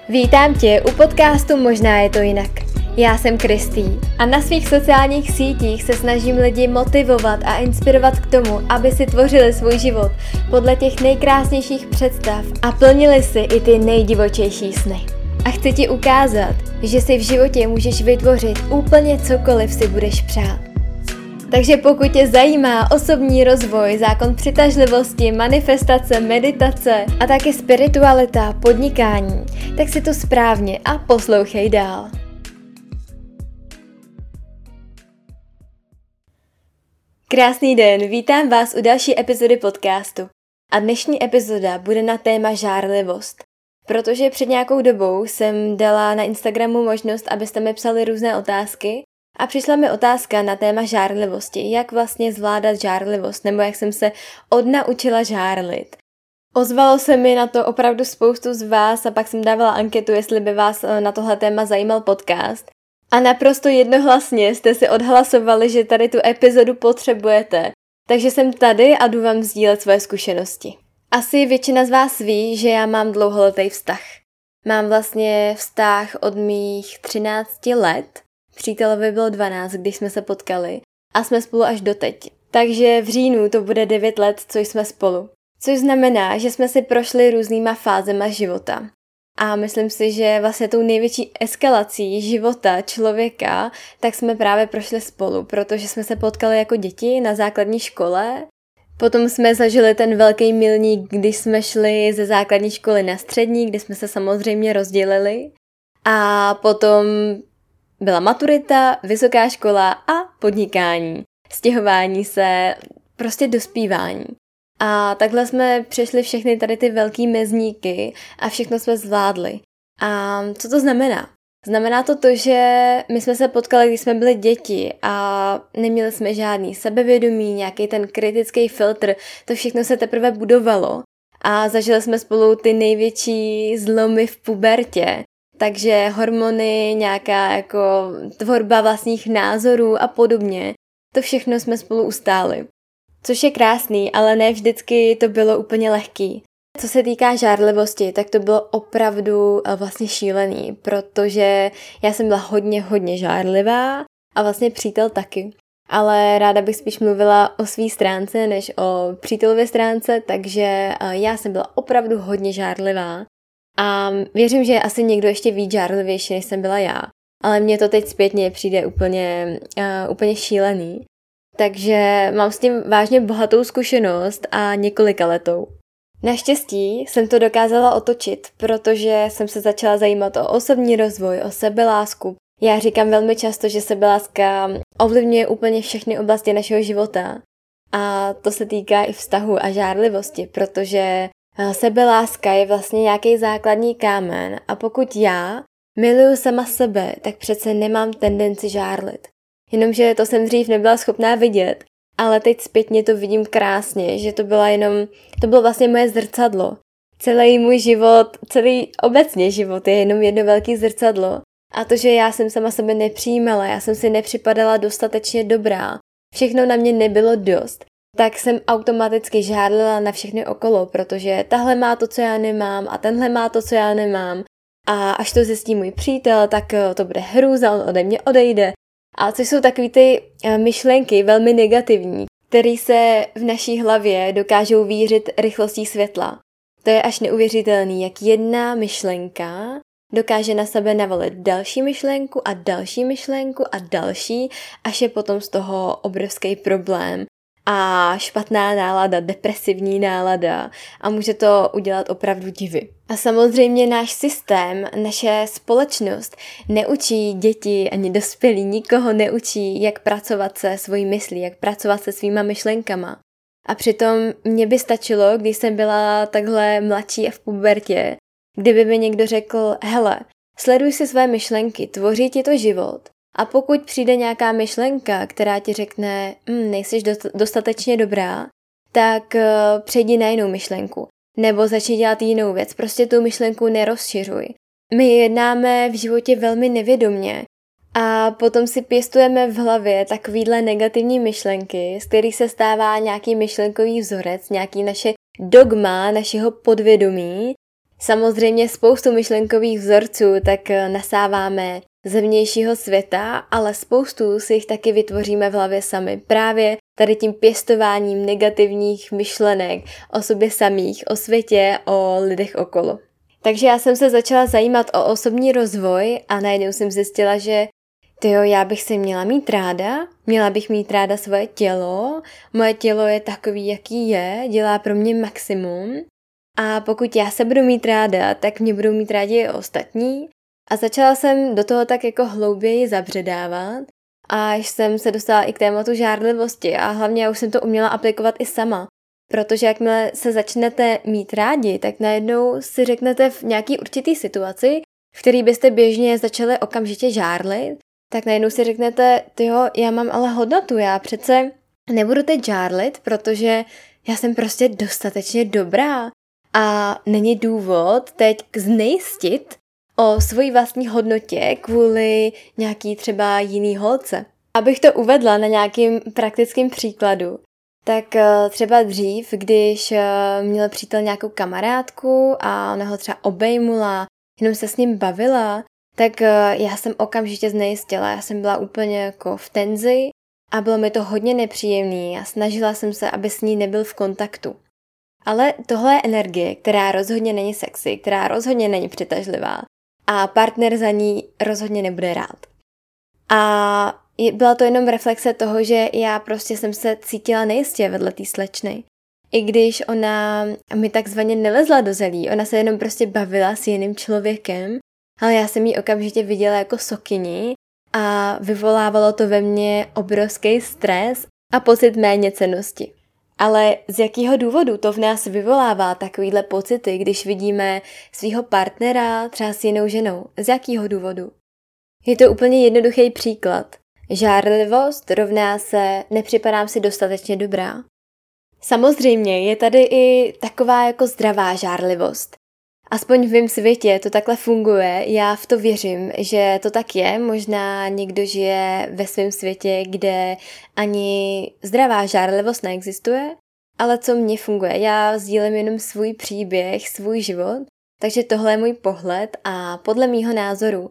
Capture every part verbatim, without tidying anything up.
Vítám tě u podcastu Možná je to jinak. Já jsem Kristý a na svých sociálních sítích se snažím lidi motivovat a inspirovat k tomu, aby si tvořili svůj život podle těch nejkrásnějších představ a plnili si i ty nejdivočejší sny. A chci ti ukázat, že si v životě můžeš vytvořit úplně cokoliv si budeš přát. Takže pokud tě zajímá osobní rozvoj, zákon přitažlivosti, manifestace, meditace a taky spiritualita, podnikání, tak si to správně a poslouchej dál. Krásný den, vítám vás u další epizody podcastu. A dnešní epizoda bude na téma žárlivost. Protože před nějakou dobou jsem dala na Instagramu možnost, abyste mi psali různé otázky a přišla mi otázka na téma žárlivosti, jak vlastně zvládat žárlivost, nebo jak jsem se odnaučila žárlit. Ozvalo se mi na to opravdu spoustu z vás a pak jsem dávala anketu, jestli by vás na tohle téma zajímal podcast. A naprosto jednohlasně jste si odhlasovali, že tady tu epizodu potřebujete. Takže jsem tady a jdu vám sdílet svoje zkušenosti. Asi většina z vás ví, že já mám dlouholetý vztah. Mám vlastně vztah od mých třinácti let. Přítelovi bylo dvanáct, když jsme se potkali. A jsme spolu až doteď. Takže v říjnu to bude devět let, co jsme spolu. Což znamená, že jsme si prošli různýma fázema života. A myslím si, že vlastně tou největší eskalací života člověka, tak jsme právě prošli spolu, protože jsme se potkali jako děti na základní škole. Potom jsme zažili ten velký milník, když jsme šli ze základní školy na střední, kde jsme se samozřejmě rozdělili. A potom byla maturita, vysoká škola a podnikání, stěhování se, prostě dospívání. A takhle jsme přešli všechny tady ty velký mezníky a všechno jsme zvládli. A co to znamená? Znamená to to, že my jsme se potkali, když jsme byli děti a neměli jsme žádný sebevědomí, nějaký ten kritický filtr, to všechno se teprve budovalo. A zažili jsme spolu ty největší zlomy v pubertě. Takže hormony, nějaká jako tvorba vlastních názorů a podobně, to všechno jsme spolu ustáli. Což je krásný, ale ne vždycky to bylo úplně lehký. Co se týká žárlivosti, tak to bylo opravdu vlastně šílený, protože já jsem byla hodně, hodně žárlivá a vlastně přítel taky. Ale ráda bych spíš mluvila o své stránce, než o přítelově stránce, takže já jsem byla opravdu hodně žárlivá. A věřím, že asi někdo ještě víc žárlivější, než jsem byla já. Ale mně to teď zpětně přijde úplně, uh, úplně šílený. Takže mám s tím vážně bohatou zkušenost a několika letou. Naštěstí jsem to dokázala otočit, protože jsem se začala zajímat o osobní rozvoj, o sebelásku. Já říkám velmi často, že sebeláska ovlivňuje úplně všechny oblasti našeho života. A to se týká i vztahu a žárlivosti, protože sebeláska je vlastně nějaký základní kámen a pokud já miluju sama sebe, tak přece nemám tendenci žárlit. Jenomže to jsem dřív nebyla schopná vidět, ale teď zpětně to vidím krásně, že to byla jenom, to bylo vlastně moje zrcadlo. Celý můj život, celý obecně život je jenom jedno velké zrcadlo. A to, že já jsem sama sebe nepřijímala, já jsem si nepřipadala dostatečně dobrá, všechno na mě nebylo dost, tak jsem automaticky žárlila na všechny okolo, protože tahle má to, co já nemám a tenhle má to, co já nemám. A až to zjistí můj přítel, tak to bude hrůza, on ode mě odejde. A což jsou takový ty myšlenky velmi negativní, které se v naší hlavě dokážou vířit rychlostí světla. To je až neuvěřitelný, jak jedna myšlenka dokáže na sebe navolit další myšlenku a další myšlenku a další, až je potom z toho obrovský problém. A špatná nálada, depresivní nálada a může to udělat opravdu divy. A samozřejmě náš systém, naše společnost neučí děti ani dospělí, nikoho neučí, jak pracovat se svojí myslí, jak pracovat se svýma myšlenkama. A přitom mně by stačilo, když jsem byla takhle mladší a v pubertě, kdyby mi někdo řekl, hele, sleduj si své myšlenky, tvoří ti to život. A pokud přijde nějaká myšlenka, která ti řekne, hm, nejsiš dostatečně dobrá, tak uh, přejdi na jinou myšlenku. Nebo začni dělat jinou věc, prostě tu myšlenku nerozšiřuj. My jednáme v životě velmi nevědomně a potom si pěstujeme v hlavě takovýhle negativní myšlenky, z kterých se stává nějaký myšlenkový vzorec, nějaký naše dogma našeho podvědomí, Samozřejmě spoustu myšlenkových vzorců tak nasáváme ze vnějšího světa, ale spoustu si jich taky vytvoříme v hlavě sami. Právě tady tím pěstováním negativních myšlenek o sobě samých, o světě, o lidech okolo. Takže já jsem se začala zajímat o osobní rozvoj a najednou jsem zjistila, že tyjo, já bych se měla mít ráda, měla bych mít ráda svoje tělo, moje tělo je takový, jaký je, dělá pro mě maximum a pokud já se budu mít ráda, tak mě budou mít rádi i ostatní. A začala jsem do toho tak jako hlouběji zabředávat a jsem se dostala i k tématu žárlivosti a hlavně já už jsem to uměla aplikovat i sama, protože jakmile se začnete mít rádi, tak najednou si řeknete v nějaký určitý situaci, v který byste běžně začali okamžitě žárlit, tak najednou si řeknete, tyjo, já mám ale hodnotu, já přece nebudu teď žárlit, protože já jsem prostě dostatečně dobrá a není důvod teď znejistit o svojí vlastní hodnotě kvůli nějaký třeba jiný holce. Abych to uvedla na nějakým praktickým příkladu, tak třeba dřív, když měl přítel nějakou kamarádku a ona ho třeba obejmula, jenom se s ním bavila, tak já jsem okamžitě znejistila, já jsem byla úplně jako v tenzi a bylo mi to hodně nepříjemný a snažila jsem se, aby s ní nebyl v kontaktu. Ale tohle je energie, která rozhodně není sexy, která rozhodně není přitažlivá a partner za ní rozhodně nebude rád. A byla to jenom reflexe toho, že já prostě jsem se cítila nejistě vedle té slečny. I když ona mi takzvaně nelezla do zelí, ona se jenom prostě bavila s jiným člověkem, ale já jsem ji okamžitě viděla jako sokyni a vyvolávalo to ve mně obrovský stres a pocit méněcennosti. Ale z jakého důvodu to v nás vyvolává takovýhle pocity, když vidíme svého partnera třeba s jinou ženou? Z jakého důvodu? Je to úplně jednoduchý příklad. Žárlivost rovná se nepřipadám si dostatečně dobrá. Samozřejmě je tady i taková jako zdravá žárlivost. Aspoň v mém světě to takhle funguje, já v to věřím, že to tak je, možná někdo žije ve svém světě, kde ani zdravá žárlivost neexistuje, ale co mně funguje, já sdílím jenom svůj příběh, svůj život, takže tohle je můj pohled a podle mýho názoru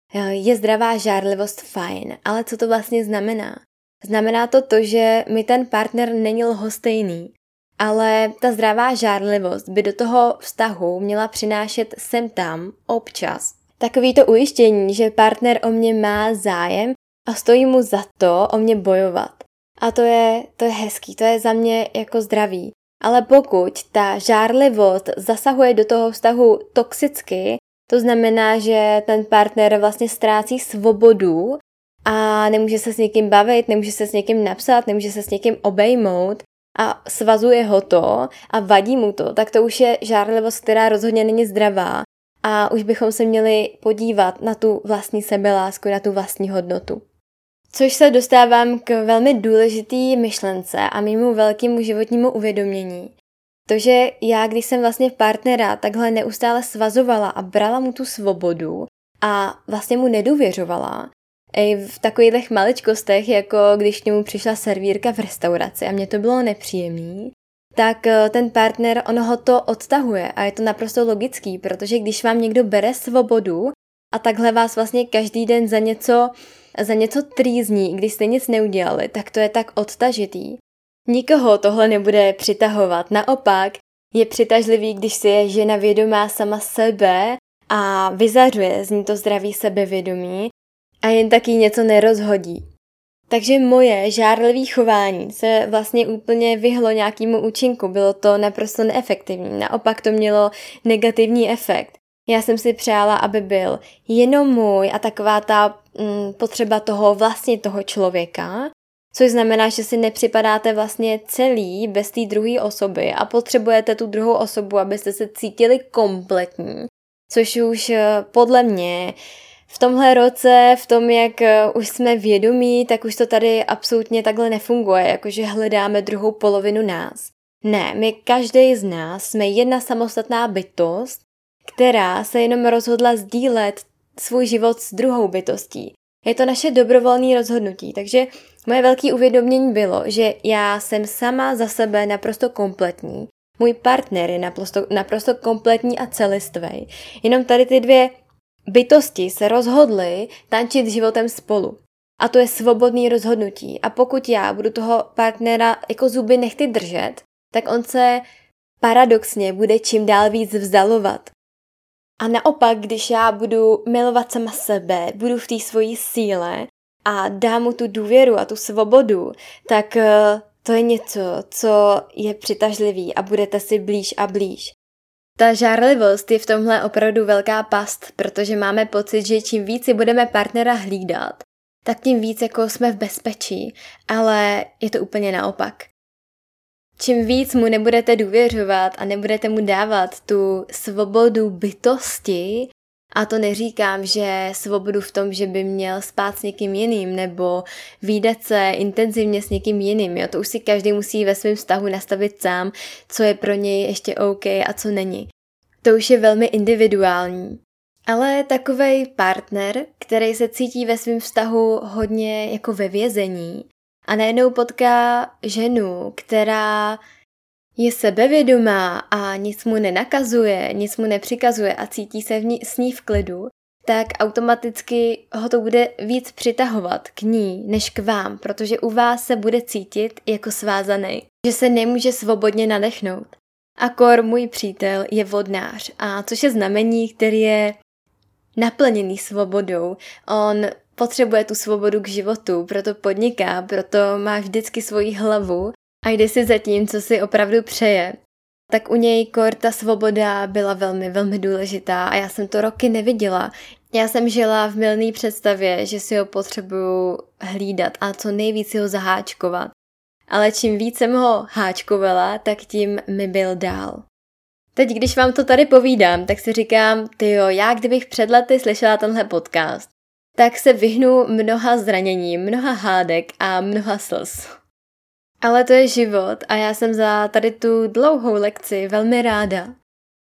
je zdravá žárlivost fajn, ale co to vlastně znamená? Znamená to to, že mi ten partner není lhostejný, ale ta zdravá žárlivost by do toho vztahu měla přinášet sem tam občas takový to ujištění, že partner o mě má zájem a stojí mu za to o mě bojovat. A to je, to je hezký, to je za mě jako zdravý. Ale pokud ta žárlivost zasahuje do toho vztahu toxicky, to znamená, že ten partner vlastně ztrácí svobodu a nemůže se s někým bavit, nemůže se s někým napsat, nemůže se s někým obejmout a svazuje ho to a vadí mu to, tak to už je žárlivost, která rozhodně není zdravá a už bychom se měli podívat na tu vlastní sebelásku, na tu vlastní hodnotu. Což se dostávám k velmi důležitý myšlence a mému velkému životnímu uvědomění. To, že já, když jsem vlastně partnera takhle neustále svazovala a brala mu tu svobodu a vlastně mu nedůvěřovala, i v takových maličkostech, jako když k němu přišla servírka v restauraci a mě to bylo nepříjemný, tak ten partner, ono ho to odtahuje a je to naprosto logický, protože když vám někdo bere svobodu a takhle vás vlastně každý den za něco, za něco trýzní, když jste nic neudělali, tak to je tak odtažitý. Nikoho tohle nebude přitahovat, naopak je přitažlivý, když si je žena vědomá sama sebe a vyzařuje z ní to zdravý sebevědomí a jen taky něco nerozhodí. Takže moje žárlivé chování se vlastně úplně vyhlo nějakému účinku, bylo to naprosto neefektivní, naopak to mělo negativní efekt. Já jsem si přála, aby byl jenom můj a taková ta mm, potřeba toho vlastně toho člověka, což znamená, že si nepřipadáte vlastně celý bez té druhé osoby a potřebujete tu druhou osobu, abyste se cítili kompletní, což už podle mě v tomhle roce, v tom, jak už jsme vědomí, tak už to tady absolutně takhle nefunguje, jakože hledáme druhou polovinu nás. Ne, my každý z nás jsme jedna samostatná bytost, která se jenom rozhodla sdílet svůj život s druhou bytostí. Je to naše dobrovolné rozhodnutí, takže moje velké uvědomění bylo, že já jsem sama za sebe naprosto kompletní Můj partner je naprosto, naprosto kompletní a celistvý. Jenom tady ty dvě bytosti se rozhodly tančit životem spolu. A to je svobodný rozhodnutí. A pokud já budu toho partnera jako zuby nechty držet, tak on se paradoxně bude čím dál víc vzdalovat. A naopak, když já budu milovat sama sebe, budu v té svojí síle a dám mu tu důvěru a tu svobodu, tak to je něco, co je přitažlivý a budete si blíž a blíž. Ta žárlivost je v tomhle opravdu velká past, protože máme pocit, že čím víc si budeme partnera hlídat, tak tím víc jako jsme v bezpečí, ale je to úplně naopak. Čím víc mu nebudete důvěřovat a nebudete mu dávat tu svobodu bytosti, a to neříkám, že svobodu v tom, že by měl spát s někým jiným nebo vídat se intenzivně s někým jiným, jo? To už si každý musí ve svém vztahu nastavit sám, co je pro něj ještě OK a co není. To už je velmi individuální. Ale takovej partner, který se cítí ve svém vztahu hodně jako ve vězení a najednou potká ženu, která je sebevědomá a nic mu nenakazuje, nic mu nepřikazuje a cítí se v ní, s ní v klidu, tak automaticky ho to bude víc přitahovat k ní než k vám, protože u vás se bude cítit jako svázaný, že se nemůže svobodně nadechnout. Akor můj přítel je vodnář, a což je znamení, který je naplněný svobodou. On potřebuje tu svobodu k životu, proto podniká, proto má vždycky svoji hlavu a jde si za tím, co si opravdu přeje. Tak u něj kor ta svoboda byla velmi, velmi důležitá a já jsem to roky neviděla. Já jsem žila v mylné představě, že si ho potřebuju hlídat a co nejvíc si ho zaháčkovat. Ale čím víc jsem ho háčkovala, tak tím mi byl dál. Teď, když vám to tady povídám, tak si říkám, tyjo, já kdybych před lety slyšela tenhle podcast, tak se vyhnu mnoha zraněním, mnoha hádek a mnoha slz. Ale to je život a já jsem za tady tu dlouhou lekci velmi ráda.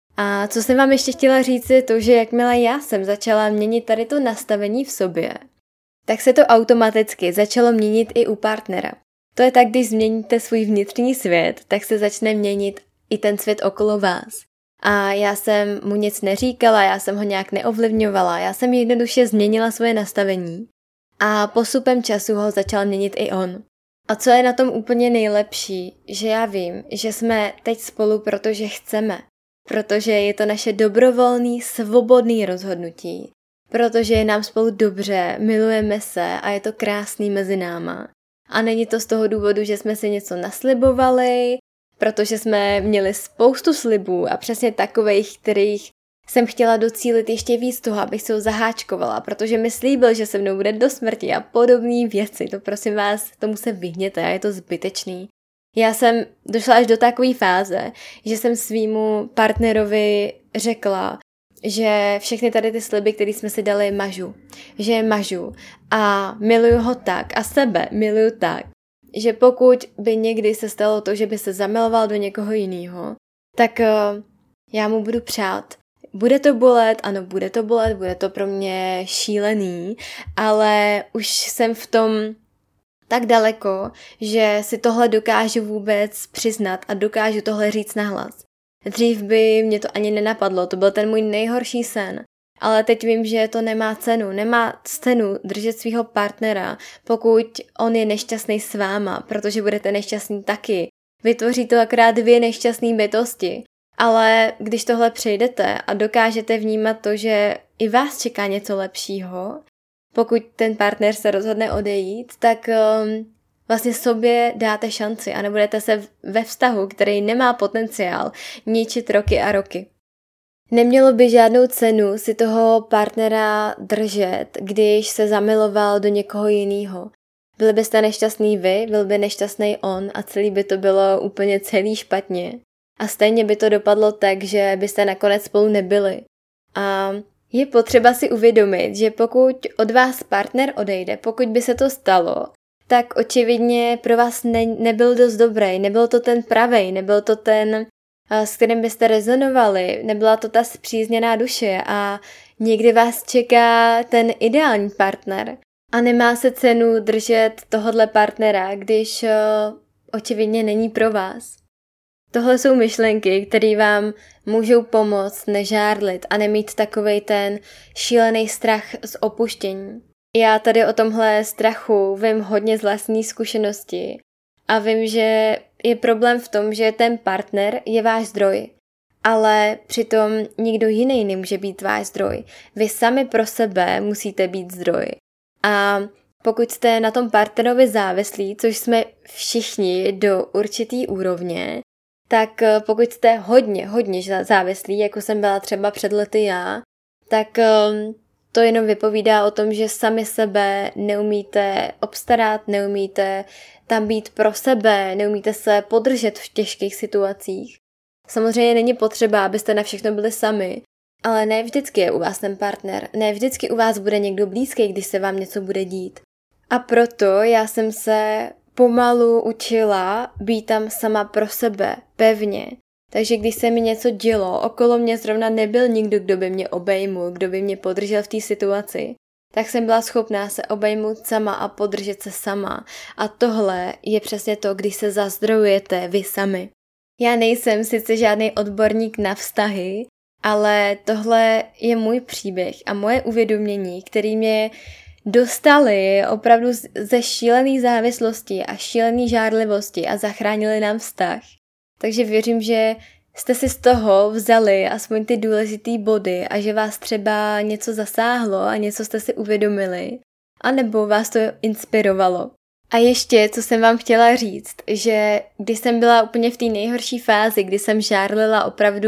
A co jsem vám ještě chtěla říct je to, že jakmile já jsem začala měnit tady to nastavení v sobě, tak se to automaticky začalo měnit i u partnera. To je tak, když změníte svůj vnitřní svět, tak se začne měnit i ten svět okolo vás. A já jsem mu nic neříkala, já jsem ho nějak neovlivňovala, já jsem jednoduše změnila svoje nastavení a postupem času ho začal měnit i on. A co je na tom úplně nejlepší, že já vím, že jsme teď spolu, protože chceme, protože je to naše dobrovolný, svobodný rozhodnutí, protože je nám spolu dobře, milujeme se a je to krásný mezi náma. A není to z toho důvodu, že jsme si něco naslibovali, protože jsme měli spoustu slibů a přesně takových, kterých jsem chtěla docílit ještě víc toho, abych se ho zaháčkovala, protože mi slíbil, že se mnou bude do smrti a podobné věci. To prosím vás, tomu se vyhněte a je to zbytečný. Já jsem došla až do takové fáze, že jsem svýmu partnerovi řekla, že všechny tady ty sliby, které jsme si dali, mažu. Že je mažu a miluju ho tak a sebe miluju tak, že pokud by někdy se stalo to, že by se zamiloval do někoho jiného, tak uh, já mu budu přát. Bude to bolet, ano, bude to bolet, bude to pro mě šílený, ale už jsem v tom tak daleko, že si tohle dokážu vůbec přiznat a dokážu tohle říct nahlas. Dřív by mě to ani nenapadlo, to byl ten můj nejhorší sen. Ale teď vím, že to nemá cenu. Nemá cenu držet svého partnera, pokud on je nešťastný s váma, protože budete nešťastný taky. Vytvoří to akorát dvě nešťastné bytosti. Ale když tohle přejdete a dokážete vnímat to, že i vás čeká něco lepšího, pokud ten partner se rozhodne odejít, tak um, vlastně sobě dáte šanci a nebudete se ve vztahu, který nemá potenciál, ničit roky a roky. Nemělo by žádnou cenu si toho partnera držet, když se zamiloval do někoho jiného. Byli byste nešťastný vy, byl by nešťastný on a celý by to bylo úplně celý špatně. A stejně by to dopadlo tak, že byste nakonec spolu nebyli. A je potřeba si uvědomit, že pokud od vás partner odejde, pokud by se to stalo, tak očividně pro vás ne, nebyl dost dobrý, nebyl to ten pravej, nebyl to ten, s kterým byste rezonovali, nebyla to ta spřízněná duše a někdy vás čeká ten ideální partner. A nemá se cenu držet tohodle partnera, když o, očividně není pro vás. Tohle jsou myšlenky, které vám můžou pomoct nežárlit a nemít takovej ten šílený strach z opuštění. Já tady o tomhle strachu vím hodně z vlastní zkušenosti a vím, že je problém v tom, že ten partner je váš zdroj, ale přitom nikdo jiný nemůže být váš zdroj. Vy sami pro sebe musíte být zdroj. A pokud jste na tom partnerovi závislí, což jsme všichni do určitý úrovně, tak pokud jste hodně, hodně závislí, jako jsem byla třeba před lety já, tak to jenom vypovídá o tom, že sami sebe neumíte obstarat, neumíte tam být pro sebe, neumíte se podržet v těžkých situacích. Samozřejmě není potřeba, abyste na všechno byli sami, ale ne vždycky je u vás ten partner, ne vždycky u vás bude někdo blízký, když se vám něco bude dít. A proto já jsem se pomalu učila být tam sama pro sebe, pevně. Takže když se mi něco dělo, okolo mě zrovna nebyl nikdo, kdo by mě obejmul, kdo by mě podržel v té situaci, tak jsem byla schopná se obejmout sama a podržet se sama. A tohle je přesně to, když se zazdrojujete vy sami. Já nejsem sice žádný odborník na vztahy, ale tohle je můj příběh a moje uvědomění, který mě dostali opravdu ze šílený závislosti a šílený žárlivosti a zachránili nám vztah. Takže věřím, že jste si z toho vzali aspoň ty důležitý body a že vás třeba něco zasáhlo a něco jste si uvědomili, anebo vás to inspirovalo. A ještě, co jsem vám chtěla říct, že když jsem byla úplně v té nejhorší fázi, kdy jsem žárlila opravdu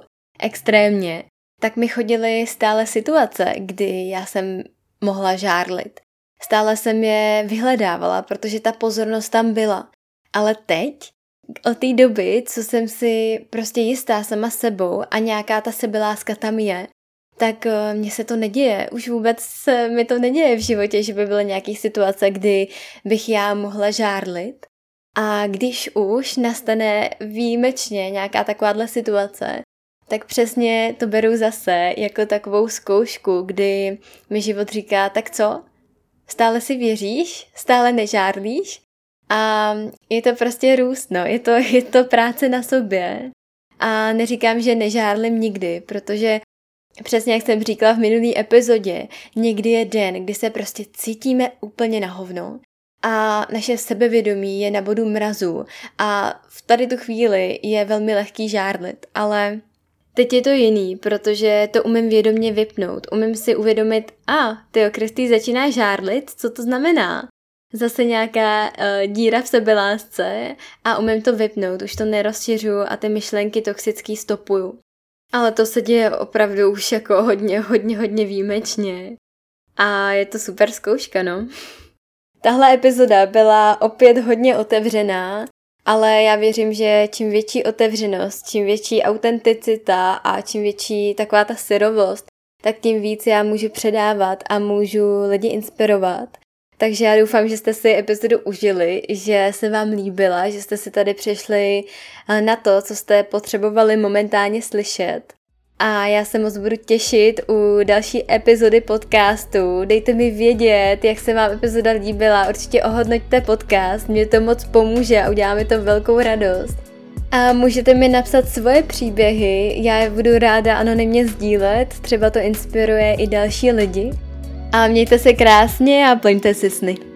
extrémně, tak mi chodily stále situace, kdy já jsem mohla žárlit. Stále jsem je vyhledávala, protože ta pozornost tam byla. Ale teď, od té doby, co jsem si prostě jistá sama sebou a nějaká ta sebeláska tam je, tak mně se to neděje. Už vůbec mi to neděje v životě, že by byly nějaké situace, kdy bych já mohla žárlit. A když už nastane výjimečně nějaká takováhle situace, tak přesně to beru zase jako takovou zkoušku, kdy mi život říká, tak co? Stále si věříš? Stále nežárlíš? A je to prostě růst, no. Je to, je to práce na sobě. A neříkám, že nežárlim nikdy, protože přesně jak jsem říkala v minulý epizodě, někdy je den, kdy se prostě cítíme úplně na hovno a naše sebevědomí je na bodu mrazu a v tady tu chvíli je velmi lehký žárlit, ale teď je to jiný, protože to umím vědomě vypnout. Umím si uvědomit, a tyjo, Kristý začíná žárlit, co to znamená? Zase nějaká uh, díra v sebelásce a umím to vypnout, už to nerozšiřuju a ty myšlenky toxický stopuju. Ale to se děje opravdu už jako hodně, hodně, hodně výjimečně. A je to super zkouška, no. Tahle epizoda byla opět hodně otevřená, ale já věřím, že čím větší otevřenost, čím větší autenticita a čím větší taková ta syrovost, tak tím víc já můžu předávat a můžu lidi inspirovat. Takže já doufám, že jste si epizodu užili, že se vám líbila, že jste si tady přišli na to, co jste potřebovali momentálně slyšet. A já se moc budu těšit u další epizody podcastu. Dejte mi vědět, jak se vám epizoda líbila. Určitě ohodnoťte podcast, mě to moc pomůže a udělá mi to velkou radost. A můžete mi napsat svoje příběhy, já je budu ráda anonymně sdílet, třeba to inspiruje i další lidi. A mějte se krásně a plňte si sny.